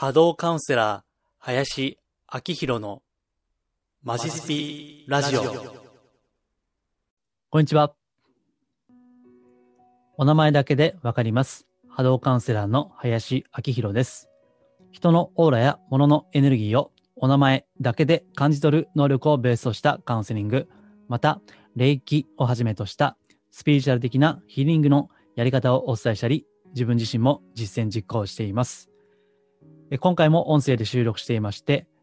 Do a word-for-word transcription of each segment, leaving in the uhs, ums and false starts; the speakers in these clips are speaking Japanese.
波動カウンセラー林明弘のマジスピラジオ。 こんにちは。お名前だけでわかります。波動カウンセラーの林明弘です。人のオーラや物のエネルギーをお名前だけで感じ取る能力をベースとしたカウンセリング、また霊気をはじめとしたスピリチュアル的なヒーリングのやり方をお伝えしたり、自分自身も実践実行しています。今回も音声で収録していまして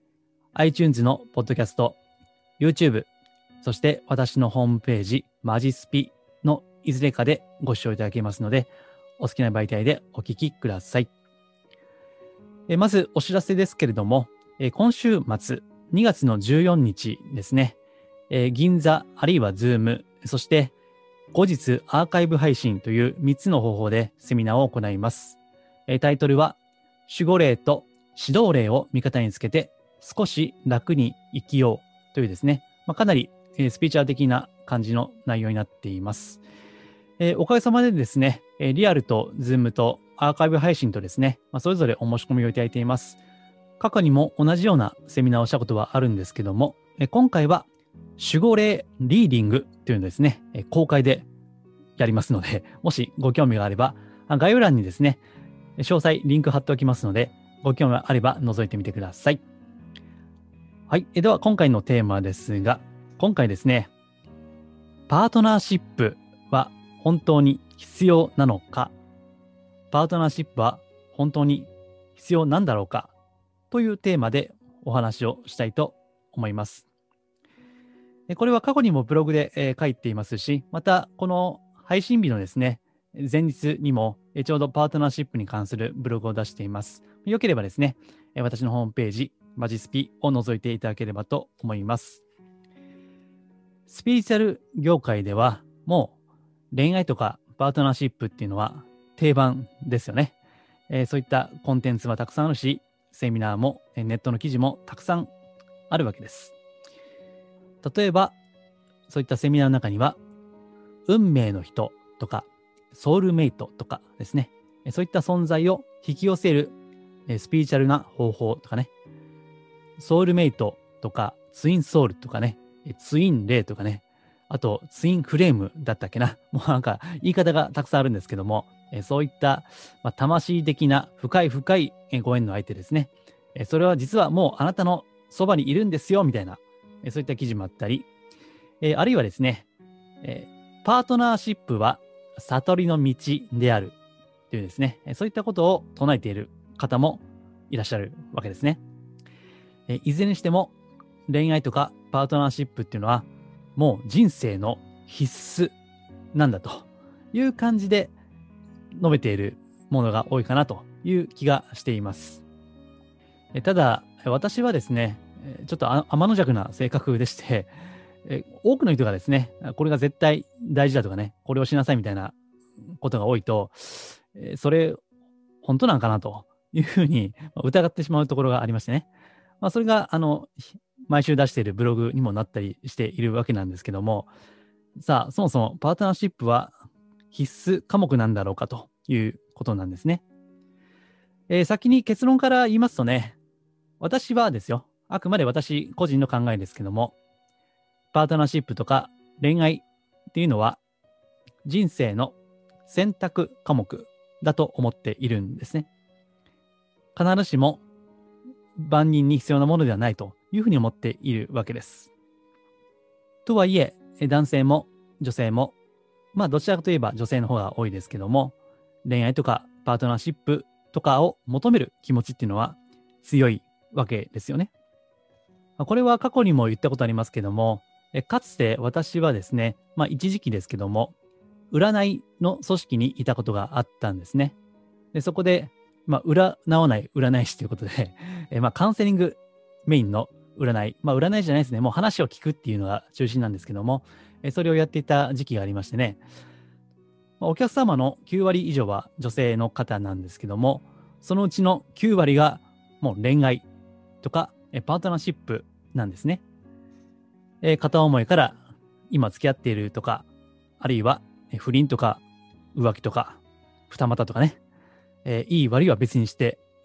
、iTunes のポッドキャスト、YouTube、そして私のホームページ、マジスピのいずれかでご視聴いただけますので、お好きな媒体でお聞きください。まずお知らせですけれども、今週末にがつのじゅうよっかですね、銀座あるいは Zoom、そして後日アーカイブ配信というみっつの方法でセミナーを行います。タイトルは守護霊と指導霊を味方につけて少し楽に生きようというですね、まあ、かなりスピリチュアル的な感じの内容になっています。えー、おかげさまでですね、リアルとズームとアーカイブ配信とですね、まあ、それぞれお申し込みをいただいています。過去にも同じようなセミナーをしたことはあるんですけども、え今回は守護霊リーディングというのですね、公開でやりますので、もしご興味があれば、概要欄にですね、詳細リンク貼っておきますので、ご興味があれば覗いてみてください。はい。では今回のテーマですが、今回ですね、パートナーシップは本当に必要なのか、パートナーシップは本当に必要なんだろうかというテーマでお話をしたいと思います。これは過去にもブログで書いていますし、またこの配信日のですね、前日にもちょうどパートナーシップに関するブログを出しています。よければですね、私のホームページ、マジスピを覗いていただければと思います。スピリチュアル業界ではもう恋愛とかパートナーシップっていうのは定番ですよね。えー、そういったコンテンツはたくさんあるし、セミナーもネットの記事もたくさんあるわけです。例えば、そういったセミナーの中には、運命の人とか、ソウルメイトとかですね、そういった存在を引き寄せるスピリチュアルな方法とかね、ソウルメイトとか、ツインソウルとかね、ツイン霊とかね、あとツインフレームだったっけな、もうなんか言い方がたくさんあるんですけども、そういった、まあ、魂的な深い深いご縁の相手ですね。それは実はもうあなたのそばにいるんですよ、みたいな、そういった記事もあったり、あるいはですね、パートナーシップは悟りの道であるというですね、そういったことを唱えている方もいらっしゃるわけですね。いずれにしても恋愛とかパートナーシップっていうのはもう人生の必須なんだという感じで述べているものが多いかなという気がしています。ただ私はですね、ちょっと天の弱な性格でして、多くの人がですね、これが絶対大事だとかね、これをしなさいみたいなことが多いと、それ本当なんかなというふうに疑ってしまうところがありましてね。まあ、それがあの毎週出しているブログにもなったりしているわけなんですけども、さあそもそもパートナーシップは必須科目なんだろうかということなんですね。えー、先に結論から言いますとね、私はですよ、あくまで私個人の考えですけども、パートナーシップとか恋愛っていうのは人生の選択科目だと思っているんですね。必ずしも万人に必要なものではないというふうに思っているわけです。とはいえ、男性も女性も、まあどちらかといえば女性の方が多いですけども、恋愛とかパートナーシップとかを求める気持ちっていうのは強いわけですよね。これは過去にも言ったことありますけども、かつて私はですね、まあ一時期ですけども、占いの組織にいたことがあったんですね。でそこで、まあ、占わない占い師ということで、えまあ、カウンセリングメインの占い、まあ、占いじゃないですね、もう話を聞くっていうのが中心なんですけども、えそれをやっていた時期がありましてね、まあ、お客様のきゅうわり以上は女性の方なんですけども、そのうちのきゅうわりがもう恋愛とかえパートナーシップなんですね。え片思いから今付き合っているとか、あるいは不倫とか浮気とか二股とかね、えー、いい悪いは別にして、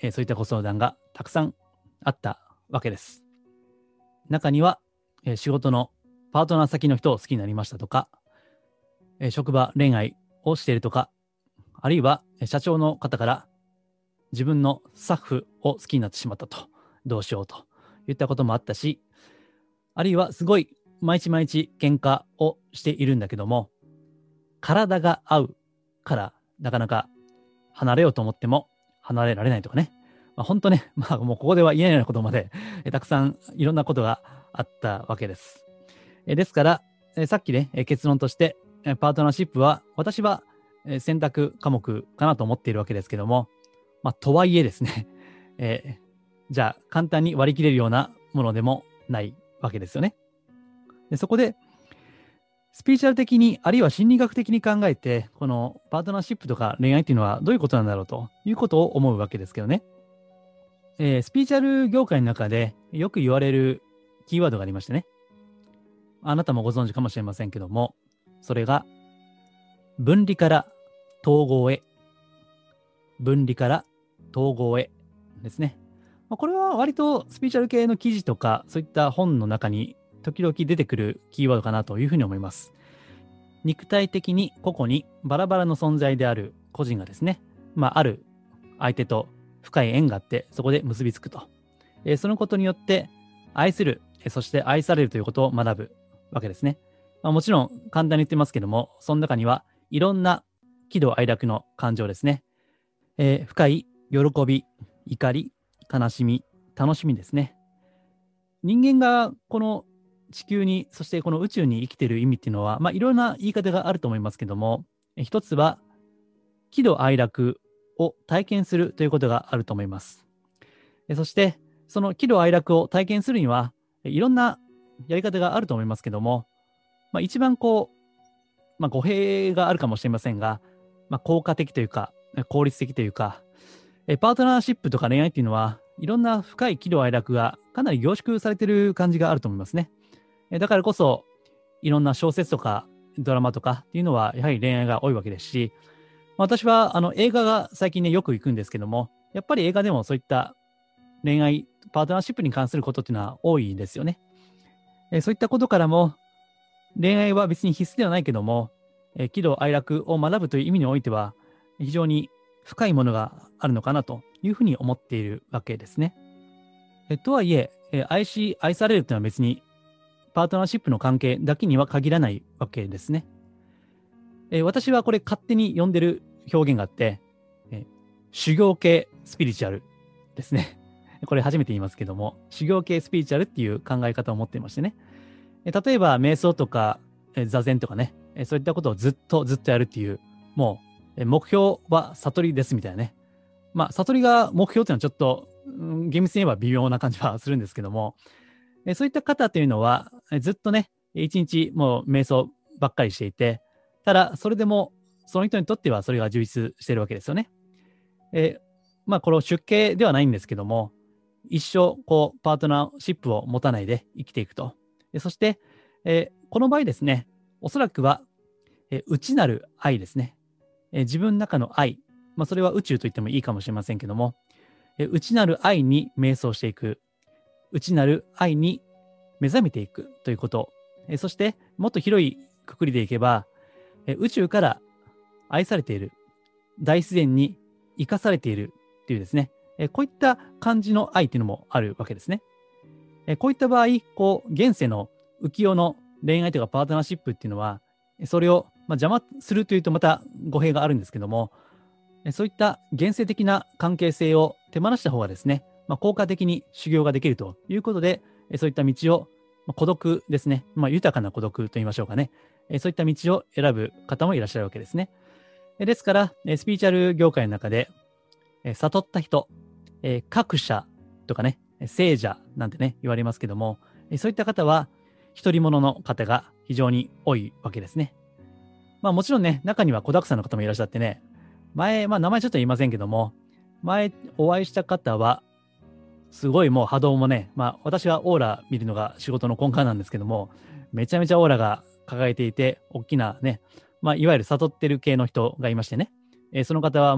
えーそういったご相談がたくさんあったわけです。中には、えー仕事のパートナー先の人を好きになりましたとか、えー職場恋愛をしているとか、あるいはえー社長の方から自分のスタッフを好きになってしまったと、どうしようといったこともあったし、あるいはすごい毎日毎日喧嘩をしているんだけども、体が合うからなかなか離れようと思っても離れられないとかね。まあ、本当ね、まあもうここでは言えないようなことまでえたくさんいろんなことがあったわけです。えですから、えさっきね、え結論としてえパートナーシップは私はえ選択科目かなと思っているわけですけども、まあとはいえですね、えーじゃあ簡単に割り切れるようなものでもないわけですよね。でそこでスピリチュアル的にあるいは心理学的に考えてこのパートナーシップとか恋愛っていうのはどういうことなんだろうということを思うわけですけどね。えースピリチュアル業界の中でよく言われるキーワードがありましてね。あなたもご存知かもしれませんけども、それが分離から統合へ、分離から統合へですね。まあ、これは割とスピリチュアル系の記事とかそういった本の中に時々出てくるキーワードかなというふうに思います。肉体的に個々にバラバラの存在である個人がですね、まあ、ある相手と深い縁があってそこで結びつくと。えーそのことによって愛する、えーそして愛されるということを学ぶわけですね。まあ、もちろん簡単に言ってますけども、その中にはいろんな喜怒哀楽の感情ですね。えー深い喜び、怒り、悲しみ、楽しみですね。人間がこの地球に、そしてこの宇宙に生きている意味っていうのは、まあいろんな言い方があると思いますけども、え一つは喜怒哀楽を体験するということがあると思います。えそしてその喜怒哀楽を体験するには、えいろんなやり方があると思いますけども、まあ一番こう、まあ語弊があるかもしれませんが、まあ効果的というか、効率的というか、えパートナーシップとか恋愛っていうのはいろんな深い喜怒哀楽がかなり凝縮されている感じがあると思いますね。えだからこそいろんな小説とかドラマとかっていうのはやはり恋愛が多いわけですし、私はあの映画が最近ねよく行くんですけども、やっぱり映画でもそういった恋愛パートナーシップに関することっていうのは多いですよね。えそういったことからも恋愛は別に必須ではないけども、え喜怒哀楽を学ぶという意味においては非常に深いものがあるのかなというふうに思っているわけですね。えとはいええ愛し愛されるというのは別にパートナーシップの関係だけには限らないわけですね。え私はこれ勝手に呼んでる表現があって、え修行系スピリチュアルですね。これ初めて言いますけども、修行系スピリチュアルっていう考え方を持っていましてね。え例えば瞑想とかえ座禅とかね、えそういったことをずっとずっとやるっていう、もうえ目標は悟りですみたいなね。まあ悟りが目標っていうのはちょっと、うん、厳密に言えば微妙な感じはするんですけども、えそういった方というのはえずっとね、一日もう瞑想ばっかりしていて、ただそれでもその人にとってはそれが充実しているわけですよね。えまあこの出家ではないんですけども、一生こうパートナーシップを持たないで生きていくと。でそして、えーこの場合ですね、おそらくは、えー内なる愛ですね。えー自分の中の愛、まあ、それは宇宙と言ってもいいかもしれませんけども、えー内なる愛に瞑想していく、内なる愛に目覚めていくということ、えーそしてもっと広いくくりでいけば、えー宇宙から愛されている、大自然に生かされているっていうですね、えーこういった感じの愛っていうのもあるわけですね。えーこういった場合、こう現世の浮世の恋愛とかパートナーシップっていうのは、それを、まあ、邪魔するというとまた語弊があるんですけども、えそういった現世的な関係性を手放した方がですね、まあ、効果的に修行ができるということで、えそういった道を、まあ、孤独ですね、まあ、豊かな孤独と言いましょうかね、えそういった道を選ぶ方もいらっしゃるわけですね。えですから、えスピリチュアル業界の中で、え悟った人、えー、各者とかね、聖者なんてね、言われますけども、えそういった方は、一人者の方が非常に多いわけですね。まあもちろんね、中には子沢山の方もいらっしゃってね、前、まあ名前ちょっと言いませんけども、前お会いした方は、すごいもう波動もね、まあ私はオーラ見るのが仕事の根幹なんですけども、めちゃめちゃオーラが輝いていて、大きなね、まあいわゆる悟ってる系の人がいましてね、えーその方はもう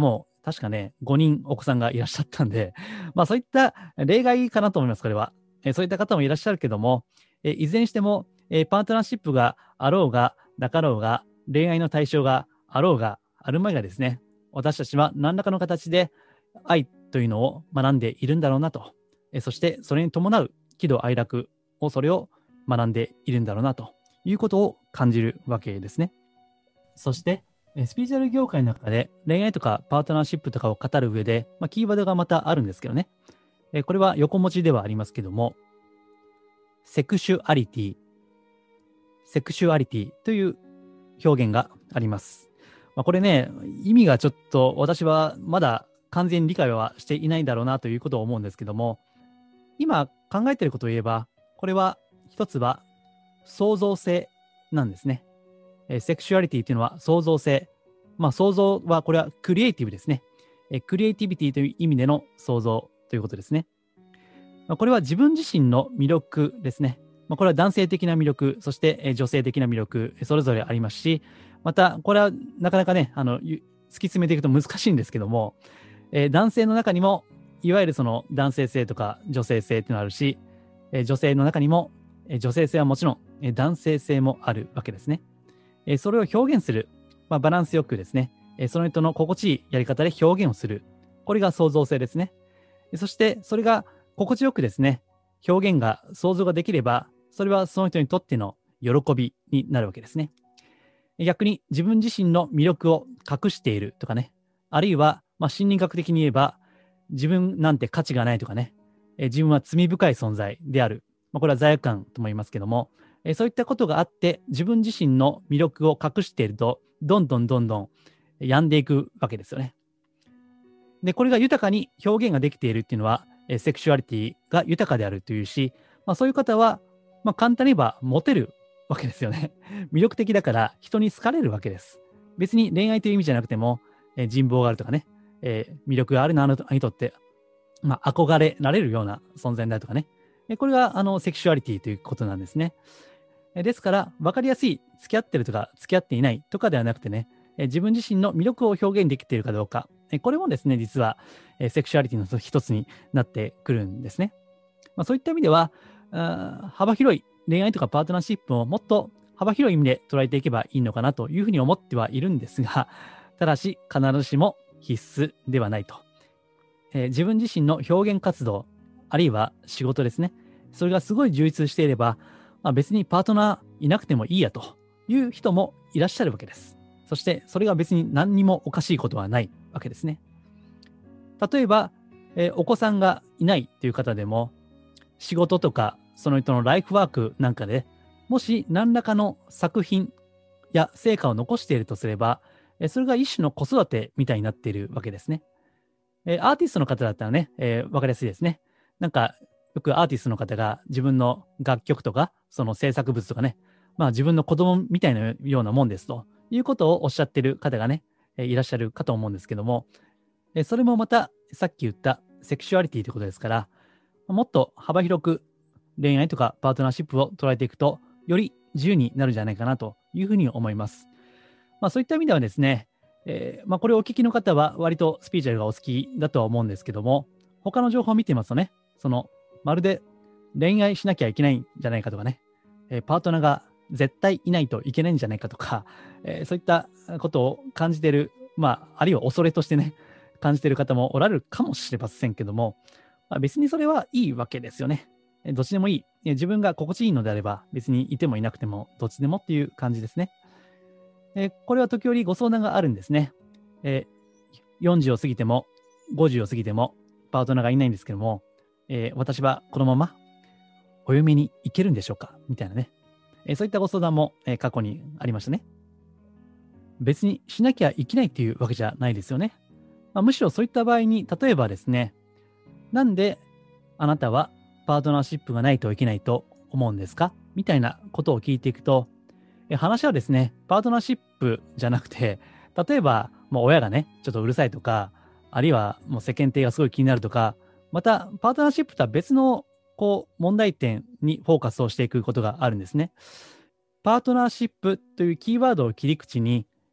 確かね、ごにんお子さんがいらっしゃったんで、まあそういった例外かなと思います、これは。えーそういった方もいらっしゃるけども、えーいずれにしても、えーパートナーシップがあろうが、なかろうが、恋愛の対象があろうが、あるまいがですね、私たちは何らかの形で愛というのを学んでいるんだろうなと。えーそしてそれに伴う喜怒哀楽を、それを学んでいるんだろうなということを感じるわけですね。そして、えスピリチュアル業界の中で恋愛とかパートナーシップとかを語る上で、まあ、キーワードがまたあるんですけどね。えこれは横文字ではありますけども、セクシュアリティ、セクシュアリティという表現があります。まあ、これね、意味がちょっと私はまだ完全に理解はしていないんだろうなということを思うんですけども、今考えていることを言えば、これは一つは創造性なんですね。えーセクシュアリティというのは創造性。まあ創造はこれはクリエイティブですね。えークリエイティビティという意味での創造ということですね。まあ、これは自分自身の魅力ですね。まあ、これは男性的な魅力、そしてえー女性的な魅力、それぞれありますし、またこれはなかなかね、あのゆ突き詰めていくと難しいんですけども、えー男性の中にもいわゆるその男性性とか女性性っていうのがあるし、えー女性の中にもえー女性性はもちろんえー男性性もあるわけですね。えーそれを表現する、まあ、バランスよくですね、えーその人の心地いいやり方で表現をする。これが創造性ですね。えーそしてそれが心地よくですね、表現が想像ができれば、それはその人にとっての喜びになるわけですね。逆に自分自身の魅力を隠しているとかね、あるいは、まあ、心理学的に言えば、自分なんて価値がないとかね、えー自分は罪深い存在である。まあ、これは罪悪感とも言いますけども、えーそういったことがあって、自分自身の魅力を隠していると、どんどんどんどん病んでいくわけですよね。で、これが豊かに表現ができているっていうのは、えーセクシュアリティが豊かであるというし、まあ、そういう方は、まあ、簡単に言えばモテるわけですよね。魅力的だから人に好かれるわけです。別に恋愛という意味じゃなくても、えー人望があるとかね、えー魅力があるなあの人にとって、まあ、憧れられるような存在であるとかね。えーこれがあのセクシュアリティということなんですね。えーですから、分かりやすい付き合ってるとか付き合っていないとかではなくてね、えー自分自身の魅力を表現できているかどうか、えーこれもですね、実は、えーセクシュアリティの一つになってくるんですね。まあ、そういった意味では、あー幅広い恋愛とかパートナーシップをもっと幅広い意味で捉えていけばいいのかなというふうに思ってはいるんですが、ただし必ずしも必須ではないと。えー自分自身の表現活動、あるいは仕事ですね。それがすごい充実していれば、まあ、別にパートナーいなくてもいいやという人もいらっしゃるわけです。そしてそれが別に何にもおかしいことはないわけですね。例えば、えーお子さんがいないという方でも、仕事とかその人のライフワークなんかでもし何らかの作品や成果を残しているとすれば、えーそれが一種の子育てみたいになっているわけですね。えーアーティストの方だったらね、えーわかりやすいですね。なんか、よくアーティストの方が自分の楽曲とか、その制作物とかね、まあ自分の子供みたいなようなもんですということをおっしゃってる方がね、えーいらっしゃるかと思うんですけども、えーそれもまたさっき言ったセクシュアリティということですから、もっと幅広く恋愛とかパートナーシップを捉えていくと、より自由になるんじゃないかなというふうに思います。まあそういった意味ではですね、えーまあこれをお聞きの方は割とスピーチュアルがお好きだとは思うんですけども、他の情報を見てみますとね、そのまるで恋愛しなきゃいけないんじゃないかとかね、えーパートナーが絶対いないといけないんじゃないかとか、えーそういったことを感じている、まああるいは恐れとしてね、感じている方もおられるかもしれませんけども、まあ、別にそれはいいわけですよね。えーどっちでもいい。えー自分が心地いいのであれば、別にいてもいなくてもどっちでもっていう感じですね。えーこれは時折ご相談があるんですね。えーよんじゅうを過ぎても、ごじゅうを過ぎても、パートナーがいないんですけども、えー私はこのままお嫁に行けるんでしょうかみたいなね。えーそういったご相談も、えー過去にありましたね。別にしなきゃいけないっていうわけじゃないですよね。まあ、むしろそういった場合に、例えばですね、なんであなたはパートナーシップがないといけないと思うんですかみたいなことを聞いていくと、え話はですね、パートナーシップじゃなくて、例えば、もう親がね、ちょっとうるさいとか、あるいはもう世間体がすごい気になるとか、また、パートナーシップとは別の、こう、問題点にフォーカスをしていくことがあるんですね。パートナーシップというキーワードを切り口に、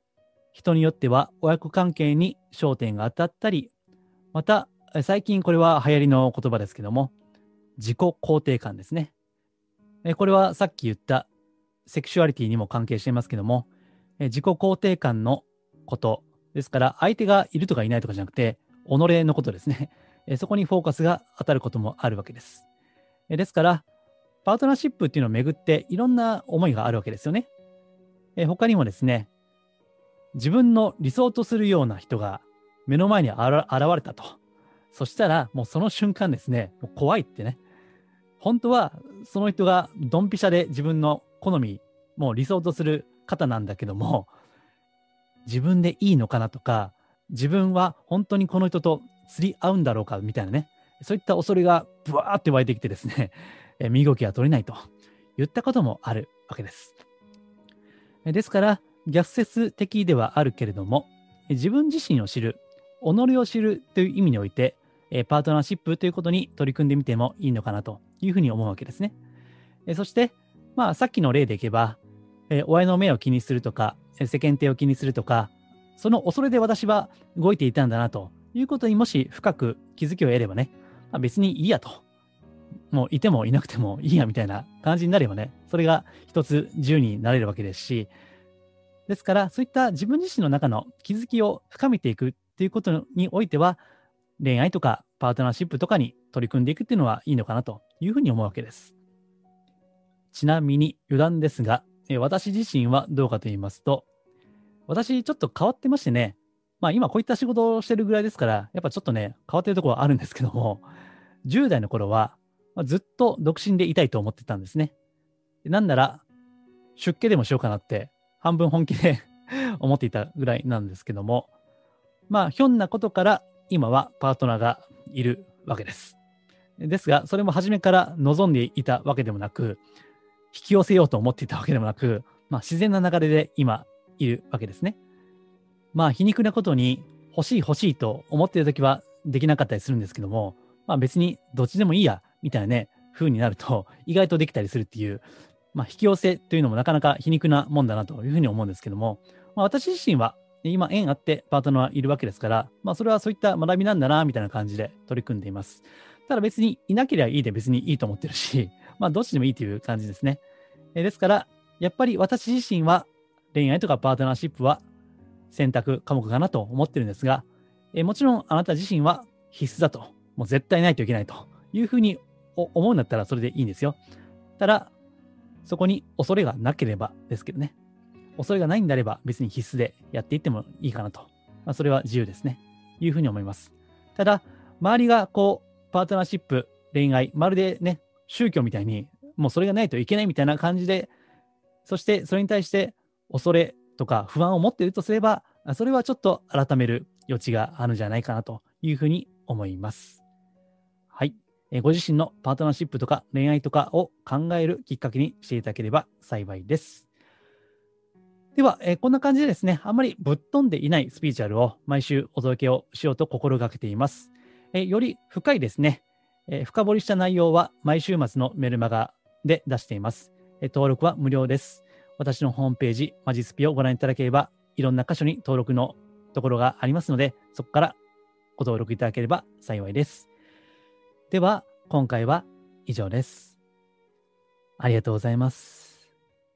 人によっては親子関係に焦点が当たったり、また最近これは流行りの言葉ですけども、自己肯定感ですね。これはさっき言ったセクシュアリティにも関係していますけども、自己肯定感のことですから、相手がいるとかいないとかじゃなくて、己のことですね。そこにフォーカスが当たることもあるわけです。ですから、パートナーシップっていうのをめぐっていろんな思いがあるわけですよね。他にもですね、自分の理想とするような人が目の前に現れたと。そしたらもうその瞬間ですね、もう怖いってね。本当はその人がドンピシャで自分の好み、もう理想とする方なんだけども、自分でいいのかなとか、自分は本当にこの人と釣り合うんだろうかみたいなね、そういった恐れがブワーって湧いてきてですね、身動きが取れないと言ったこともあるわけです。ですから逆説的ではあるけれども、自分自身を知る、己を知るという意味において、パートナーシップということに取り組んでみてもいいのかなというふうに思うわけですね。そして、まあさっきの例でいけば、親の目を気にするとか、世間体を気にするとか、その恐れで私は動いていたんだなということにもし深く気づきを得ればね、まあ、別にいいやと。もういてもいなくてもいいやみたいな感じになればね、それが一つ自由になれるわけですし、ですからそういった自分自身の中の気づきを深めていくっていうことにおいては、恋愛とかパートナーシップとかに取り組んでいくっていうのはいいのかなというふうに思うわけです。ちなみに余談ですが、私自身はどうかと言いますと、私ちょっと変わってましてね、まあ今こういった仕事をしてるぐらいですから、やっぱちょっとね、変わってるところはあるんですけども、じゅう代の頃はずっと独身でいたいと思ってたんですね。なんなら出家でもしようかなって半分本気で思っていたぐらいなんですけども、まあひょんなことから今はパートナーがいるわけです。ですが、それも初めから望んでいたわけでもなく、引き寄せようと思っていたわけでもなく、まあ自然な流れで今いるわけですね。まあ皮肉なことに欲しい欲しいと思っているときはできなかったりするんですけども、まあ別にどっちでもいいやみたいなね風になると意外とできたりするっていう、まあ引き寄せというのもなかなか皮肉なもんだなというふうに思うんですけども、まあ、私自身は今縁あってパートナーいるわけですから、まあそれはそういった学びなんだなみたいな感じで取り組んでいます。ただ別にいなければいいで別にいいと思ってるし、まあどっちでもいいという感じですね。えですからやっぱり私自身は恋愛とかパートナーシップは選択科目かなと思ってるんですが、えもちろんあなた自身は必須だと、もう絶対ないといけないというふうに思うんだったらそれでいいんですよ。ただ、そこに恐れがなければですけどね。恐れがないんであれば別に必須でやっていってもいいかなと。まあ、それは自由ですね。いうふうに思います。ただ、周りがこう、パートナーシップ、恋愛、まるでね、宗教みたいに、もうそれがないといけないみたいな感じで、そしてそれに対して恐れとか不安を持っているとすれば、それはちょっと改める余地があるんじゃないかなというふうに思います。はい。ご自身のパートナーシップとか恋愛とかを考えるきっかけにしていただければ幸いです。では、えー、こんな感じでですね、あんまりぶっ飛んでいないスピーチュアルを毎週お届けをしようと心がけています。えー、より深いですね、えー、深掘りした内容は毎週末のメルマガで出しています。えー、登録は無料です。私のホームページ、マジスピをご覧いただければ、いろんな箇所に登録のところがありますので、そこからご登録いただければ幸いです。では、今回は以上です。ありがとうございます。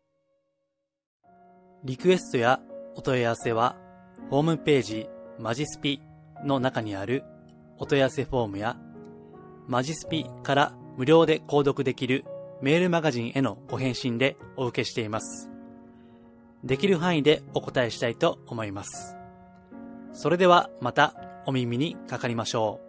リクエストやお問い合わせは、ホームページマジスピの中にあるお問い合わせフォームや、マジスピから無料で購読できるメールマガジンへのご返信でお受けしています。できる範囲でお答えしたいと思います。それではまたお耳にかかりましょう。